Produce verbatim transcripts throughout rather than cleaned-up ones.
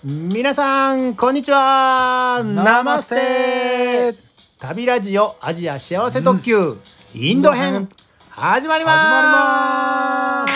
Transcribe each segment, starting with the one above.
皆さんこんにちは。ナマステ。旅ラジオアジア幸せ特急、うん、インド編始まります。 始まります。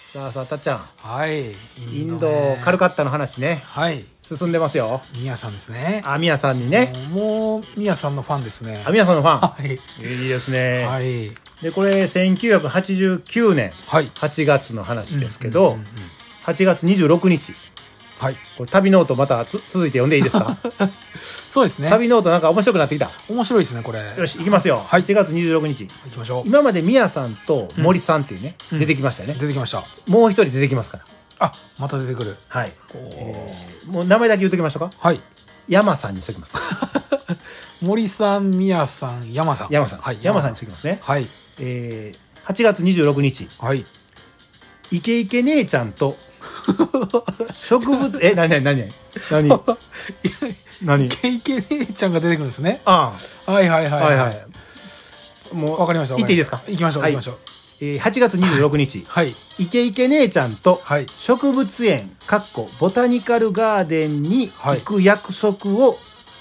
さあさあたっちゃん、 はい、 インドカルカッタの話ね、はい、進んでますよ。 ミヤさんですね。 あ、ミヤさんにね、 もうミヤさんのファンですね。 あ、ミヤさんのファン、 はい、いいですね。 はい。 でこれせんきゅうひゃくはちじゅうきゅうねんはちがつの話ですけど、はちがつにじゅうろくにち、はい、これ旅ノートまたつ続いて読んでいいですか？ そうですね。 旅ノートなんか面白くなってきた。 面白いですねこれ。 よし行きますよ。はい、はちがつにじゅうろくにち行きましょう。 今までミヤさんと森さんっていうね、うん、出てきましたよね、 うん、出てきました。 もう一人出てきますから。 あ、また出てくる。はい、 えー、もう名前だけ言っときましょうか。はい、山さんにしときます。 森さん、ミヤさん、山さん、 山さん、はい、山さんにしときますね。はい、えー、はちがつにじゅうろくにち、はい、イケイケ姉ちゃんと植物え、なになになになに何イケイケ姉ちゃんが出てくるんですね。 ああ、 はいはいはいはい、はい、 もう分かりました。 言っていいですか？ 行きましょう、はい、行きましょう。 えー、はちがつにじゅうろくにち、はい、イケイケ姉ちゃんと植物園かっこボタニカルガーデンに行く約束を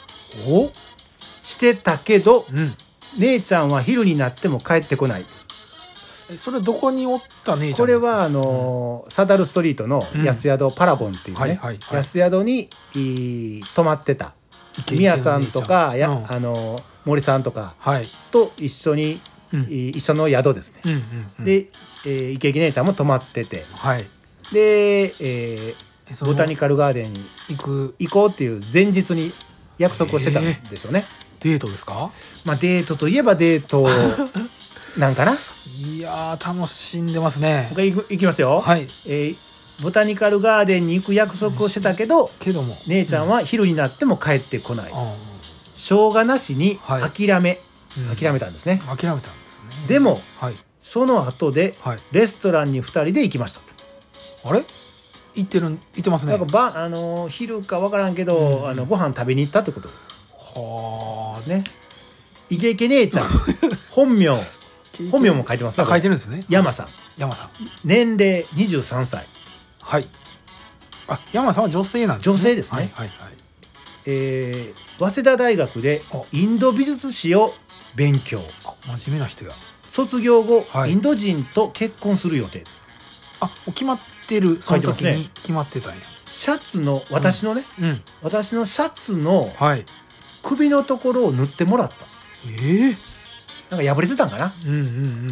してたけど、はい、うん、姉ちゃんは昼になっても帰ってこない。 それどこにおった姉ちゃんですか？ これはあのーうん、サダルストリートの安宿パラボンっていうね、うん、はいはいはい、安宿に泊まってたミヤさんとかや、うん、あのー、森さんとかと一緒に、うん、一緒の宿ですね、うんうんうん、で、えー、イケイケ姉ちゃんも泊まってて、はい、で、えー、ボタニカルガーデンに行く行こうっていう前日に約束をしてたんでしょうね。 えー、デートですか？ まあデートといえばデートなんかな。 いやー楽しんでますね。 僕行きますよ。はい、えー、ボタニカルガーデンに行く約束をしてたけど、けども姉ちゃんは昼になっても帰ってこない、うん、しょうがなしに諦め、はい、諦めたんですね、 うん、諦めたんですね。 でも、はい、その後でレストランにふたりで行きました。 あれ行ってる行ってますね。 なんかば、あのー、昼か分からんけど、うん、あのご飯食べに行ったってことはあね。イケイケ姉ちゃん本名本名も書いてます。 あ、書いてるんですね。 山さん。 山さん。 年齢にじゅうさんさい。はい。 あ、山さんは女性なんですね。 女性ですね。はいはいはい。えー、早稲田大学でインド美術史を勉強。 あ、真面目な人や。 卒業後、はい、インド人と結婚する予定。 あ、もう決まってる。その時に決まってたんや。 シャツの私のね、うんうん、私のシャツの首のところを塗ってもらった。ええー。なんか破れてたんかな、うんうんうん、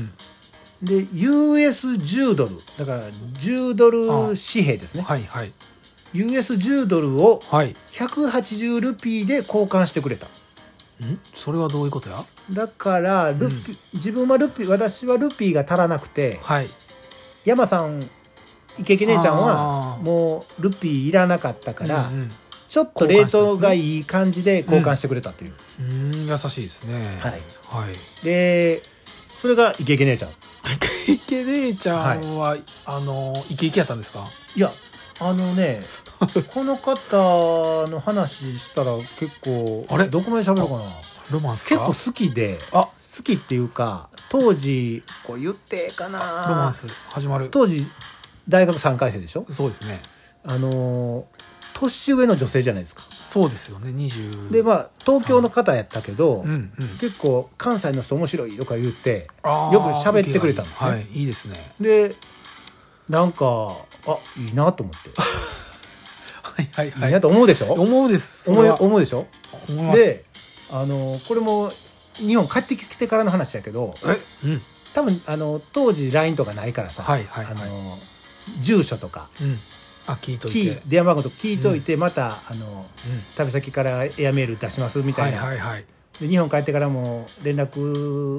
で ユーエスじゅう ドルだからじゅうドル紙幣ですね、はいはい、ユーエスじゅう ドルをひゃくはちじゅうルピーで交換してくれた、 はい、んそれはどういうことや？ だからルピ、うん、自分はルピ私はルピーが足らなくて、はい、山さんイケイケ姉ちゃんはもうルピーいらなかったから、うんうん、ちょっとレートがいい感じで交換してくれたという、 うん、うーん優しいですね。はい、 はい、でそれがイケイケ姉ちゃん。イケイケ姉ちゃんは、はい、あのイケイケやったんですか？ いやあのねこの方の話したら結構あれどこまで喋ろうかな。 ロマンスか？ 結構好きで、あ好きっていうか当時こう言ってかな。 ロマンス始まる。 当時大学さんかい生でしょ？ そうですね。 あの年上の女性じゃないですか。 そうですよね。にじゅうでまあ東京の方やったけど、うんうん、結構関西の人面白いとか言ってよく喋ってくれたんですね。 はい、いいですね。 でなんかあいいなと思ってはいはいはい、 いいなと思うでしょ？ 思うです思う思うでしょ？ 思います。 であのこれも日本帰ってきてからの話やけど、え、うん、多分あの当時 ライン とかないからさ、はいはいはい、あの住所とか、うんあ聞いといて電話番号とか聞いといて、うん、またあの、うん、旅先からエアメール出しますみたいな、はいはいはい、で日本帰ってからも連絡、うん、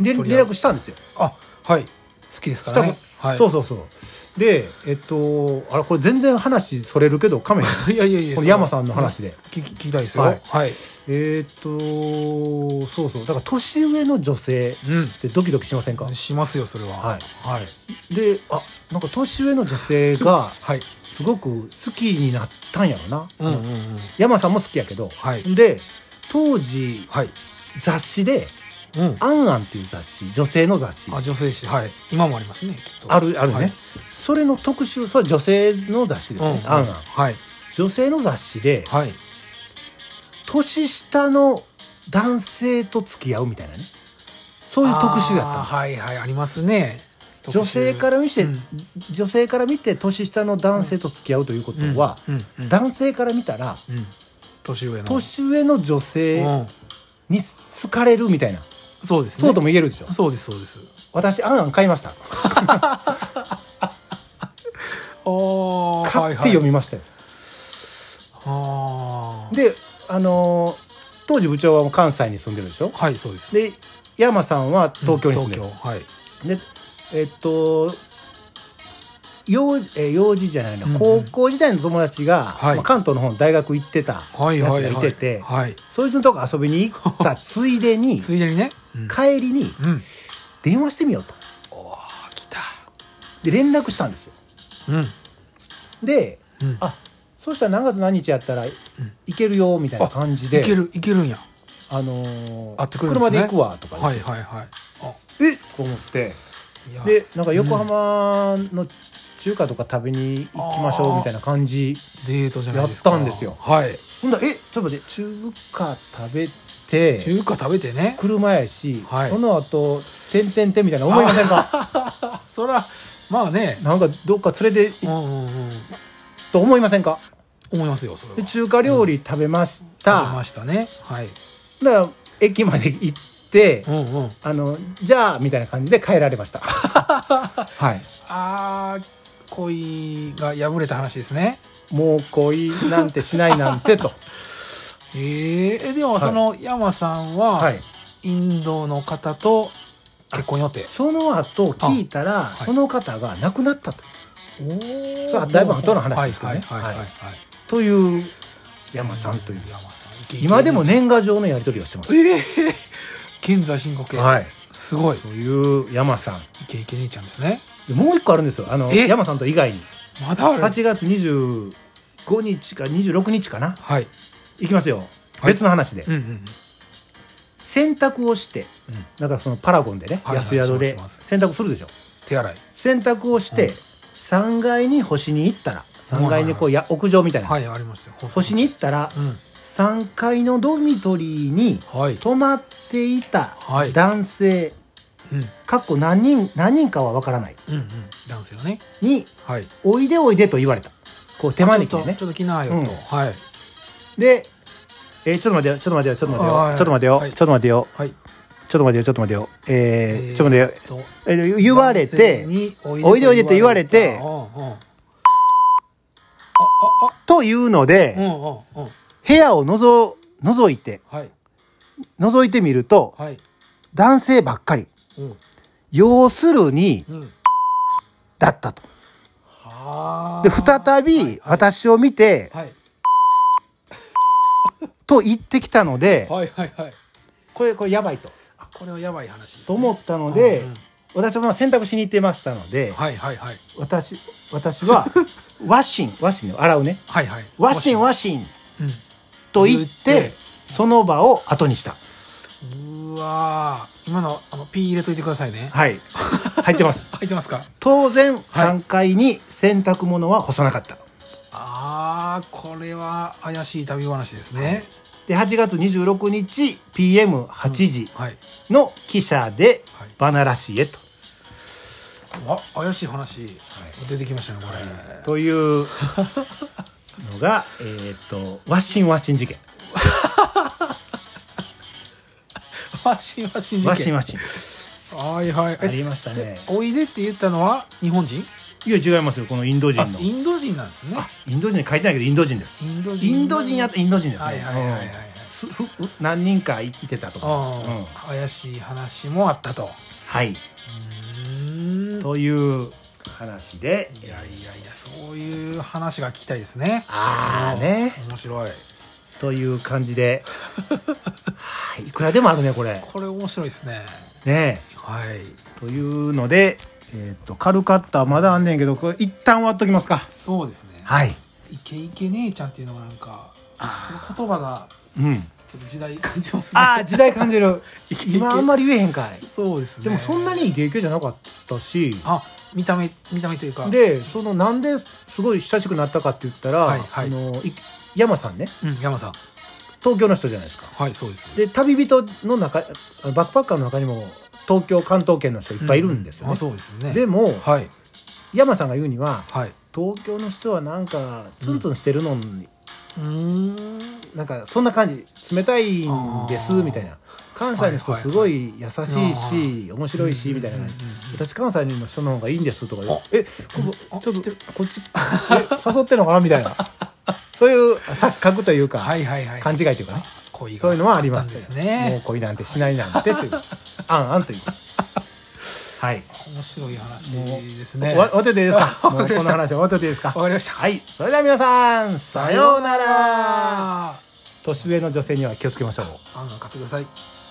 連絡したんですよ。 あはい好きですからね、はい、 そうそうそうでえっとあれこれ全然話それるけどカメラいやいやいやこの山さんの話で聞き、聞きたいですよ。はい、はい、 えー、っとそうそうだから年上の女性ってドキドキしませんか？うん、 しますよそれは。はい、 はい、であなんか年上の女性がすごく好きになったんやろな、うんうんうん、山さんも好きやけど、はい、で当時、はい、雑誌でうん、アンアンっていう雑誌女性の雑誌あ女性誌はい今もありますねきっとあるあるね、はい、それの特集それ女性の雑誌ですね、うん、アンアン、はい、 女性の雑誌で、 はい、 年下の男性と付き合うみたいなね、そういう特集やったんです。 はいはい、ありますね。 女性から見て、うん、女性から見て年下の男性と付き合うということは、うんうんうん、男性から見たら、うん、 年上の年上の女性に好かれるみたいな、 そうですね。 そうとも言えるでしょ。 そうですそうです。 私あんあん買いました。買って読みましたよ。 はいはい、 で、あのー、当時部長は関西に住んでるでしょ。 はい、そうです。 で、山さんは東京に住んでる。 うん、東京、はい。 で、えっと幼、え幼児じゃないの、うんうん、高校時代の友達が、はい、まあ、関東の方の大学行ってたやつがいてて、はいはいはい、そいつのとこ遊びに行ったついでについでにね、 うん、帰りに、うん、電話してみようと。 おー、来た。 で連絡したんですよ。 うん、 で、うん、あ、そうしたら何月何日やったら行けるよみたいな感じで、 行ける行けるんや。 あのー、 会ってくるんですね、 車で行くわとか言って、 はいはいはい。 あ、えっと思って、でなんか横浜の中華とか食べに行きましょうみたいな感じデートじゃないですか、 やったんですよ。 はい。 ほんだら、え、ちょっと待って、中華食べて中華食べてね、 車やし、はい、その後てんてんてんみたいな思いませんか？ そらまあね、 なんかどっか連れて、うんうんうん、と思いませんか？ 思いますよ。それはで中華料理食べました、 うん、食べましたね。はい。 だから駅まで行って、 うんうん、 あのじゃあみたいな感じで帰られました。はい。 あー、恋が破れた話ですね。 もう恋なんてしないなんてと。 えー、でもその山さんは、はい、インドの方と結婚予定。 その後聞いたら、はい、その方が亡くなったと。おー、それはだいぶ後の話ですけどね。という山さんという、山さん今でも年賀状のやり取りをしてます。 えー、現在進行形。はい、すごい。 という山さん、 イケイケ姉ちゃんですね。 もう一個あるんですよ。あの山さんと以外にまだある。 はちがつにじゅうごにちかにじゅうろくにちかな。 はい。 いきますよ。別の話で、 うんうんうん、 洗濯をして、うん、だからそのパラゴンでね、はい、安宿で洗濯するでしょ。 手洗い。 洗濯をして、うん、さんがいに干しに行ったら、さんがいにこうや屋上みたいな、 はいはい、ありますよ。 干しに行ったら、うん、さんがいのドミトリーに泊まっていた男性、はい、かっこ何人何人かは分からない、 うんうん、男性よねに、はい、おいでおいでと言われた。こう手招きでね、 ちょっと来なよと、うん、はい。 で、えー、ちょっと待ってよちょっと待ってよちょっと待ってよちょっと待ってよ、はい、ちょっと待ってよ、はい、ちょっと待ってよちょっと待ってよ、えー、ちょっと待ってよ、えー、言われて、おいでおいでと言われて、というので、うんうんうん、部屋をのぞ覗いて、はい、覗いてみると、はい、男性ばっかり、うん、要するに、うん、だったと。で再び私を見て、はいはい、と言ってきたので、はいはいはい、これこれやばいと、 あ、これはやばい話ですね、 と思ったので、うんうん、私はまあ洗濯しに行ってましたので、 はいはいはい、 私私はワッシンワッシン洗うね、 はいはい、 ワッシンワッシン、うん、と言ってその場を後にした。 うわー、今のあの P 入れといてくださいね。 はい、入ってます入ってますか。 当然さんがいに洗濯物は干さなかった、はい、 あー、これは怪しい旅話ですね、はい、 ではちがつにじゅうろくにち ピーエムはちじの汽車でバナラ市へと、 はい、あ、怪しい話、はい、出てきましたねこれ、 はい、というのがえー、っとワッシンワッシン事件ワッシンワッシン事件。 ワッシンワッシン。はいはい。 ありましたね。 おいでって言ったのは日本人？ いや違いますよ。このインド人の。 インド人なんですね。 あ、インド人に書いてないけどインド人です。 インド人。 インド人やったインド人ですね。 はいはいはいはい。 何人かいてたとか、うん。 怪しい話もあったと。 はい。うーん。という話で。 いやいやいや、そういう話が聞きたいですね。 ああね。 面白い。 という感じで。いくらでもあるねこれ。 これ面白いですね。 ねえ。はい。というので、えっとカルカッタまだあんねんけど、これ一旦終わっときますか。 そうですね。 はい。 イケイケ姉ちゃんっていうのがなんか、その言葉が、 うん、 ちょっと時代感じますね。 ああ時代感じる今あんまり言えへんかい。 そうですね。 でもそんなにイケイケじゃなかったし、 あ見た目見た目というかでそのなんですごい親しくなったかって言ったら、はいはい、あの山さんね、 うん、山さん東京の人じゃないですか。 はいそうです。 で旅人の中バックパッカーの中にも東京関東圏の人いっぱいいるんですよね、うん、 あそうですね。 でも、はい、山さんが言うには、 はい、 東京の人はなんかツンツンしてるのに、うん、なんかそんな感じ冷たいんですみたいな。関西の人すごい優しいし面白いしみたいな、私関西の人の方がいいんですとか言う、えこちょっとこっち誘ってんのかなみたいなそういう錯覚というか勘違いというかね、そういうのはありましたね。もう恋なんてしないなんてというあんあんというはい、 面白い話ですね。 終わってていいですか？もうこの話は終わってていいですか？ わかりました。 はい、それでは皆さんさようなら。年上の女性には気をつけましょう。 あんあん買ってください。